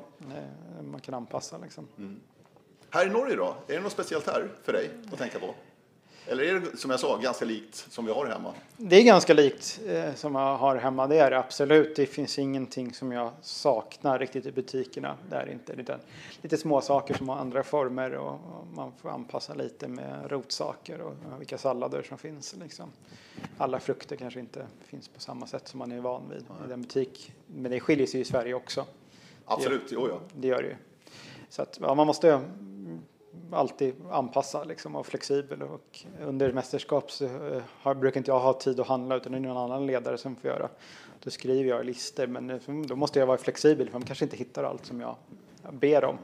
Man kan anpassa liksom. Mm. Här i Norge då? Är det något speciellt här för dig att tänka på? Eller är det, som jag sa, ganska likt som vi har hemma? Det är ganska likt eh, som jag har hemma. Det är det absolut. Det finns ingenting som jag saknar riktigt i butikerna. Det är inte. Lite, lite små saker som har andra former och, och man får anpassa lite med rotsaker och, och vilka sallader som finns. Liksom. Alla frukter kanske inte finns på samma sätt som man är van vid i den butik. Men det skiljer sig i Sverige också. Absolut, det, jo ja. Det gör det ju. Så att, ja, man måste alltid anpassa liksom, och flexibel. Och under mästerskap så har, brukar inte jag ha tid att handla utan det är någon annan ledare som får göra. Då skriver jag listor men då måste jag vara flexibel för man kanske inte hittar allt som jag ber om.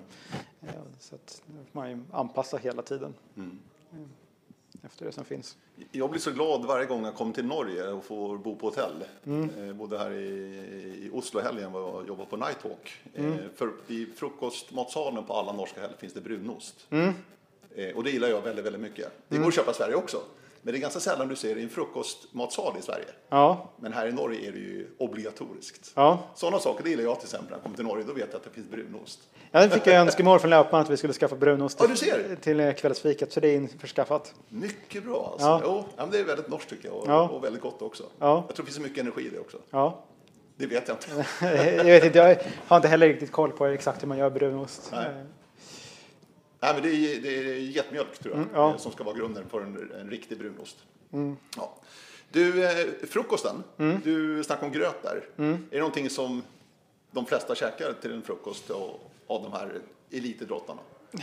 Så att då får man ju anpassa hela tiden. Mm. Efter det som finns. Jag blir så glad varje gång jag kommer till Norge och får bo på hotell. Mm. Eh, både här i, i Oslo helgen var jag jobbar på Nighthawk. Mm. Eh, för i frukostmatsalen på alla norska helg finns det brunost. Mm. Eh, och det gillar jag väldigt, väldigt mycket. Det går mm. att köpa i Sverige också. Men det är ganska sällan du ser det i en frukostmatsal i Sverige. Ja. Men här i Norge är det ju obligatoriskt. Ja. Sådana saker det gillar jag till exempel. När jag kommer till Norge, då vet jag att det finns brunost. Ja, det fick jag önskemål från löparen att vi skulle skaffa brunost ja, du ser. till kvällsfiket, så det är införskaffat. Mycket bra alltså. Ja. Jo, ja, men det är väldigt norskt tycker jag och, Ja. och väldigt gott också. Ja. Jag tror det finns så mycket energi i det också. Ja. Det vet jag inte. jag vet inte, jag har inte heller riktigt koll på exakt hur man gör brunost. Nej. Nej, men det är, det är getmjölk tror jag, Mm, ja. som ska vara grunden för en, en riktig brunost. Mm. Ja. Du, eh, frukosten, Mm. du snackade om gröt där. Mm. Är det någonting som de flesta käkar till en frukost av, av de här elitidrottarna?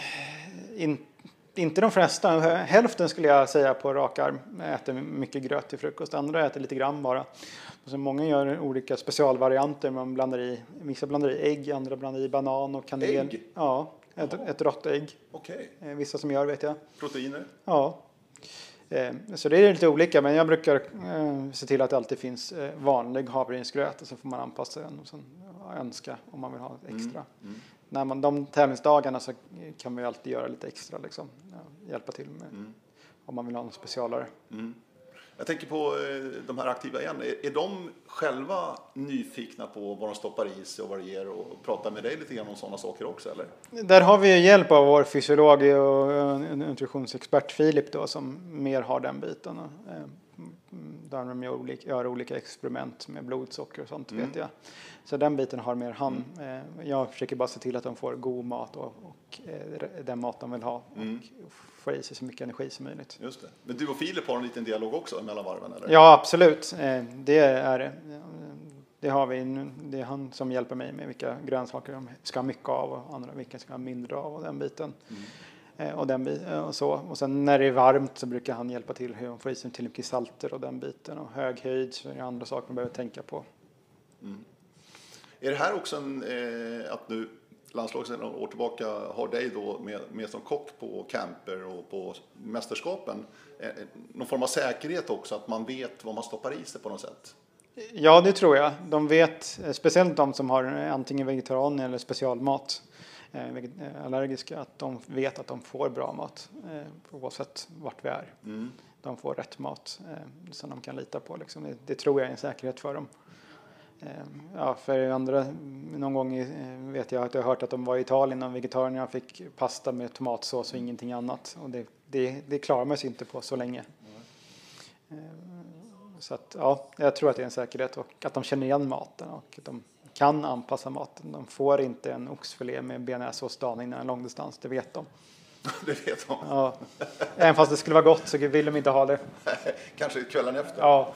In, inte de flesta. Hälften skulle jag säga på rak arm äter mycket gröt till frukost. Andra äter lite grann bara. Och så många gör olika specialvarianter. Man blandar i, vissa blandar i ägg, andra blandar i banan och kanel. Ägg? Ja, ett, ett rått ägg. Okej. Eh, Vissa som gör vet jag. Proteiner? Ja. Eh, Så det är lite olika, men jag brukar eh, se till att det alltid finns eh, vanlig havregrynsgröt och så får man anpassa den och sen önska om man vill ha extra. Mm. När man, de tävlingsdagarna så kan man ju alltid göra lite extra liksom. Ja, hjälpa till med Mm. om man vill ha något specialare. Mm. Jag tänker på eh, de här aktiva igen. Är, är de själva nyfikna på vad de stoppar i sig och vad det ger och pratar med dig lite grann om sådana saker också eller? Där har vi ju hjälp av vår fysiolog och eh, nutritionsexpert Filip då som mer har den biten. Och, eh, där de gör olika, gör olika experiment med blodsocker och sånt Mm. vet jag. Så den biten har mer han. Mm. Jag försöker bara se till att de får god mat och, och den mat de vill ha. Mm. Och får i sig så mycket energi som möjligt. Just det. Men du och Filip har en liten dialog också mellan varven eller? Ja, absolut. Det är det. Det har vi. Det är han som hjälper mig med vilka grönsaker de ska ha mycket av och andra vilka ska ha mindre av och den biten. Mm. Och, den, och så. Och sen när det är varmt så brukar han hjälpa till hur de får i sig till mycket salter och den biten. Och hög höjd så är det andra saker man behöver tänka på. Mm. Är det här också en, eh, att nu landslaget sedan några år tillbaka har dig då med, med som kock på camper och på mästerskapen eh, någon form av säkerhet också, att man vet vad man stoppar i sig på något sätt? Ja, det tror jag. De vet, speciellt de som har antingen vegetarian eller specialmat, eh, allergiska, att de vet att de får bra mat eh, oavsett vart vi är. Mm. De får rätt mat eh, som de kan lita på. Liksom. Det, det tror jag är en säkerhet för dem. Ja, för andra, någon gång vet jag att jag har hört att de var i Italien och vegetarierna fick pasta med tomatsås och ingenting annat. Och det, det, det klarar man sig inte på så länge. Mm. Så att, ja, jag tror att det är en säkerhet och att de känner igen maten och att de kan anpassa maten. De får inte en oxfilé med bearnaisesås dagen innan en långdistans, det vet de. Det vet de. Ja. Även fast det skulle vara gott så vill de inte ha det. Kanske kvällen efter. Ja.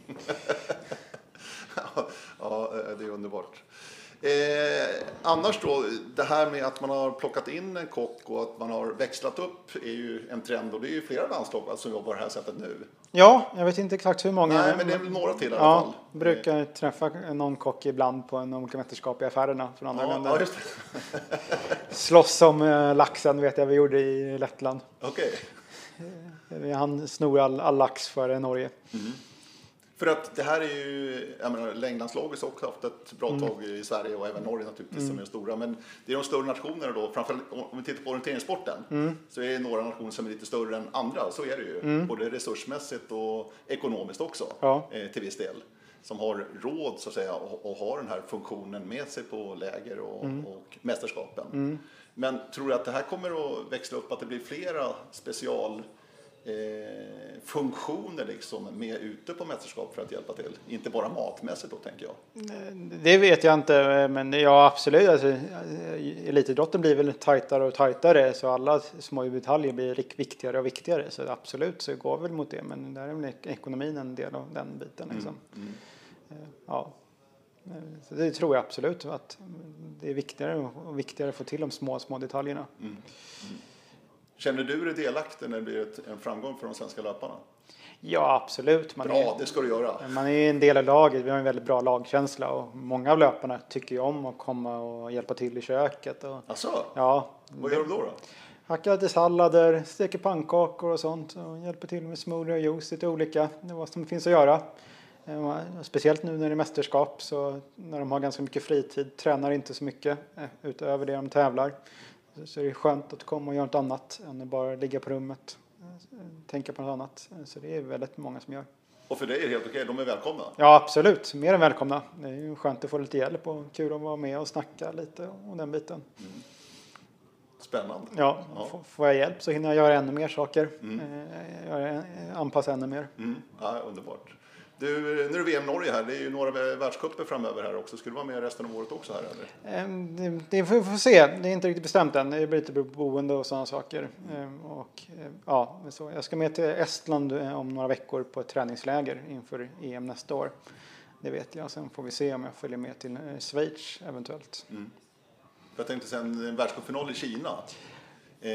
Ja, det är underbart. Eh, annars då, det här med att man har plockat in en kock och att man har växlat upp är ju en trend och det är ju flera landslag som jobbar det här sättet nu. Ja, jag vet inte exakt hur många. Nej, men det är väl några till i alla ja, fall. Jag brukar träffa någon kock ibland på en olika mästerskap i affärerna från andra Ja, länder. ja, just det. Slåss om uh, laxen vet jag vi gjorde i Lettland. Okej. Okay. Han snor all, all lax för Norge. Mm. För att det här är ju, jag menar, längdlandslaget har också haft ett bra tag mm. i Sverige och även Norge naturligtvis mm. som är stora. Men det är de större nationerna då, framförallt om vi tittar på orienteringssporten mm. så är det några nationer som är lite större än andra, så är det ju. Mm. Både resursmässigt och ekonomiskt också ja. eh, till viss del. Som har råd så att säga och, och har den här funktionen med sig på läger och, mm. och mästerskapen. Mm. Men tror du att det här kommer att växla upp, att det blir flera special Eh, funktioner liksom med ute på mästerskap för att hjälpa till? Inte bara matmässigt då tänker jag. Det vet jag inte, men ja absolut. Alltså, elitidrotten blir väl tajtare och tajtare så alla små detaljer blir viktigare och viktigare. Så absolut så går väl mot det, men där är väl ekonomin en del av den biten. Liksom. Mm. Mm. Ja. Så det tror jag absolut att det är viktigare och viktigare att få till de små, små detaljerna. Mm. Mm. Känner du dig delaktig när det blir ett, en framgång för de svenska löparna? Ja, absolut. Man bra, är, det ska du göra. Man är en del av laget. Vi har en väldigt bra lagkänsla och många av löparna tycker ju om att komma och hjälpa till i köket. Och, alltså? Ja. Vad gör de då då? Hackar lite sallader, steker pannkakor och sånt och hjälper till med smoothie och juice, lite olika. Det är vad som finns att göra. Speciellt nu när det är mästerskap så när de har ganska mycket fritid, tränar inte så mycket utöver det de tävlar. Så är det skönt att komma och göra något annat än att bara ligga på rummet. tänka på något annat. Så det är väldigt många som gör. Och för dig är det helt okej, de är välkomna? Ja, absolut. Mer än välkomna. Det är ju skönt att få lite hjälp och kul att vara med och snacka lite om den biten. Mm. Spännande. Ja, ja. Får, får jag hjälp så hinner jag göra ännu mer saker. Mm. Eh, anpassa ännu mer. Mm. Ja, underbart. Du, nu är det V M Norge här. Det är ju några världscuper framöver här också. Skulle du vara med resten av året också här eller? Eh, det, det får vi får se. Det är inte riktigt bestämt än. Det blir lite boende och sådana saker. Eh, och, eh, ja, så jag ska med till Estland om några veckor på ett träningsläger inför E M nästa år. Det vet jag. Sen får vi se om jag följer med till Schweiz eventuellt. Mm. Jag tänkte sen en världscupfinal i Kina. Eh,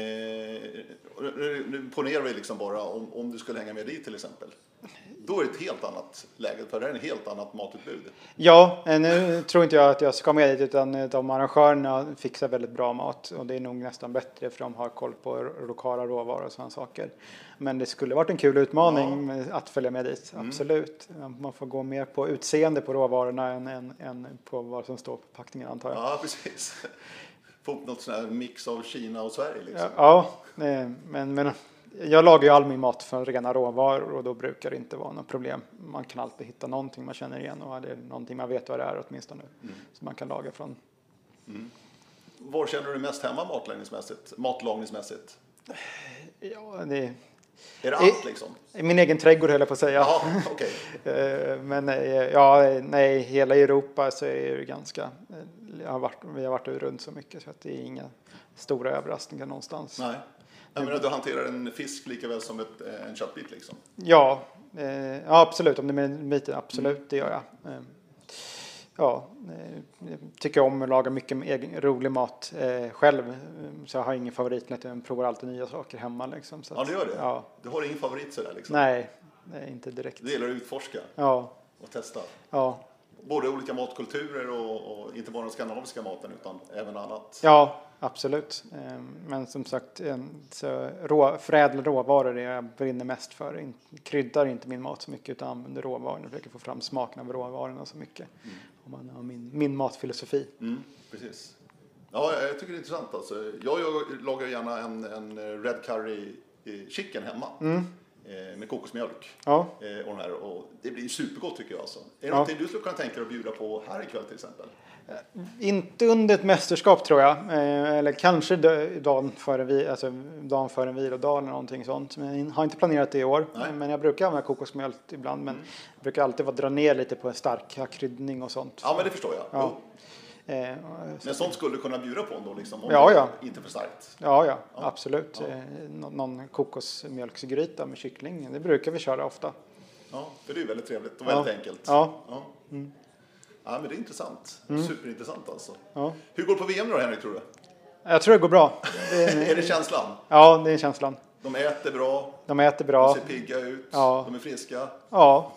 nu ponerar vi liksom bara om, om du skulle hänga med dit till exempel. Då är det ett helt annat läge, för det är ett helt annat matutbud. Ja, nu tror inte jag att jag ska med dit, utan de arrangörerna fixar väldigt bra mat. Och det är nog nästan bättre för de har koll på lokala råvaror och sådana saker. Men det skulle varit en kul utmaning ja. att följa med dit, mm. absolut. Man får gå mer på utseende på råvarorna än, än, än på vad som står på packningen antar jag. Ja, precis. Få något sån här mix av Kina och Sverige liksom. Ja, ja men... men jag lagar ju all min mat från rena råvaror och då brukar det inte vara något problem. Man kan alltid hitta någonting man känner igen och det är någonting man vet vad det är åtminstone. Mm. Som man kan laga från. Mm. Var känner du mest hemma matlagningsmässigt? Matlagningsmässigt? Ja, det är... Är det allt liksom? I min egen trädgård höll jag på att säga. Ja, okay. Men ja, nej, hela Europa så är det ganska... Jag har varit, vi har varit runt så mycket så att det är inga stora överraskningar någonstans. Nej. Jag menar, du hanterar en fisk lika väl som ett, en köttbit liksom? Ja, eh, ja, absolut. Om det är en bit, absolut, mm. det gör jag. Eh, ja, eh, tycker om att laga mycket egen, rolig mat eh, själv. Så jag har ingen favorit, jag provar alltid nya saker hemma. Liksom, så ja, det gör det? Ja. Du har ingen favorit sådär liksom? Nej, inte direkt. Det gäller att utforska? Ja. Och testa? Ja. Både olika matkulturer och, och inte bara den skandinaviska maten utan även annat? Ja, absolut. Men som sagt, så rå, förädlade råvaror är jag brinner mest för. Kryddar inte min mat så mycket utan använder råvarorna och försöker få fram smaken av råvarorna så mycket. Mm. Om man har min, min matfilosofi. Mm, precis. Ja, jag tycker det är intressant. Alltså. Jag, jag lagar gärna en, en red curry chicken hemma. Mm. Med kokosmjölk. Ja. Och, den här, och det blir supergott tycker jag. Alltså. Är det ja. någonting du skulle kunna tänka dig att bjuda på här ikväll till exempel? Inte under ett mästerskap tror jag. Eller kanske dagen före, vi, alltså dagen före en vilodag eller någonting sånt. Men jag har inte planerat det i år. Nej. Men jag brukar använda kokosmjölk ibland. Men mm. jag brukar alltid dra ner lite på en stark kryddning och sånt. Ja, men det förstår jag. Ja. Eh, men sånt skulle du kunna bjuda på då liksom? Om ja, ja. Inte för starkt? Ja, ja, ja. absolut. Ja. Eh, någon kokosmjölksgryta med kyckling. Det brukar vi köra ofta. Ja, för det är väldigt trevligt och väldigt ja. enkelt. Ja. Ja. Mm. Ja, men det är intressant. Mm. Superintressant alltså. Ja. Hur går det på V M då, Henrik, tror du? Jag tror det går bra. Det är... är det känslan? Ja, det är känslan. De äter bra. De äter bra. De ser pigga ut. Ja. De är friska. Ja,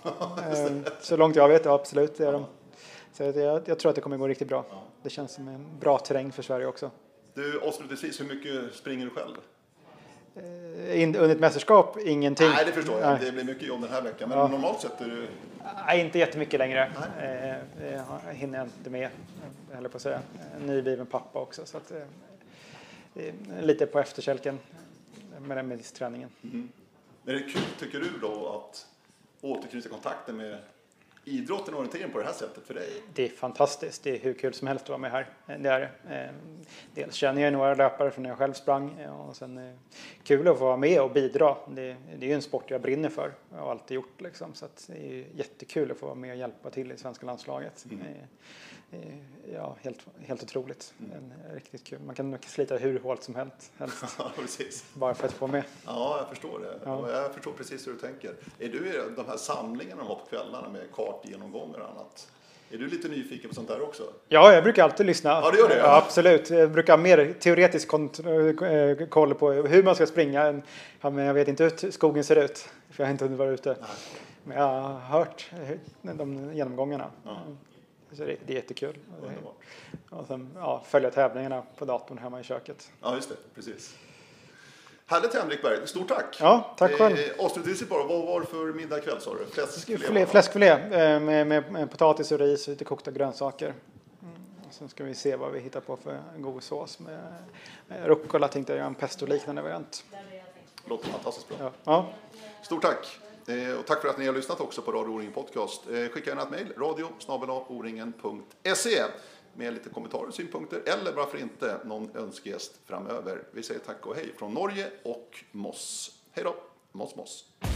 så långt jag vet, ja, absolut. Det är ja. de. Så jag, jag tror att det kommer gå riktigt bra. Ja. Det känns som en bra terräng för Sverige också. Du, avslutningsvis, hur mycket springer du själv? In, under ett mästerskap, ingenting. Nej, det förstår jag. Nej. Det blir mycket jobb den här veckan. Men ja. normalt sett är du... Nej, inte jättemycket längre. Nej. Eh, jag hinner jag inte med, jag höll på att säga. Nybliven pappa också. Så att, eh, lite på efterkälken med den medicinträningen. Mm. Men är det kul, tycker du då, att återknyta kontakten med idrotten och orienteringen på det här sättet för dig? Det är fantastiskt. Det är hur kul som helst att vara med här. Det är det. Dels känner jag några löpare från när jag själv sprang. Och sen kul att få vara med och bidra. Det, det är ju en sport jag brinner för. Jag har alltid gjort liksom. Så att det är jättekul att få vara med och hjälpa till i svenska landslaget. Mm. Ja, helt, helt otroligt. Mm. Riktigt kul. Man kan slita hur hårt som helst. helst. Ja, precis. Bara för att få med. Ja, jag förstår det. Ja. Jag förstår precis hur du tänker. Är du i de här samlingarna de har på kvällarna med kartgenomgångar och annat? Är du lite nyfiken på sånt där också? Ja, jag brukar alltid lyssna. Ja, det gör det. Ja. Ja, absolut. Jag brukar ha mer teoretisk kont- koll på hur man ska springa. Ja, men jag vet inte hur skogen ser ut. För jag har inte hunnit vara ute. Nej. Men jag har hört de genomgångarna. Ja. Så det, det är jättekul. Underbart. Och sen ja, följa tävlingarna på datorn hemma i köket. Ja, just det. Precis. Härligt, Henrik Berg. Stort tack. Ja, tack själv. Eh, avslutningsvis bara, vad var det för middag ikväll sa du? Fläskfilé, fläskfilé eh, med, med, med potatis och ris och lite kokta grönsaker. Mm. Sen ska vi se vad vi hittar på för en god sås. Med, med rucola tänkte jag göra en pesto-liknande variant. Låter fantastiskt bra. Ja. Ja. Stort tack. Eh, och tack för att ni har lyssnat också på Radio O-ringen Podcast. Eh, skicka gärna ett mejl, radio snabel-a o-ringen punkt se med lite kommentarer och synpunkter eller varför inte någon önskegäst framöver. Vi säger tack och hej från Norge och Moss. Hej då, Moss Moss.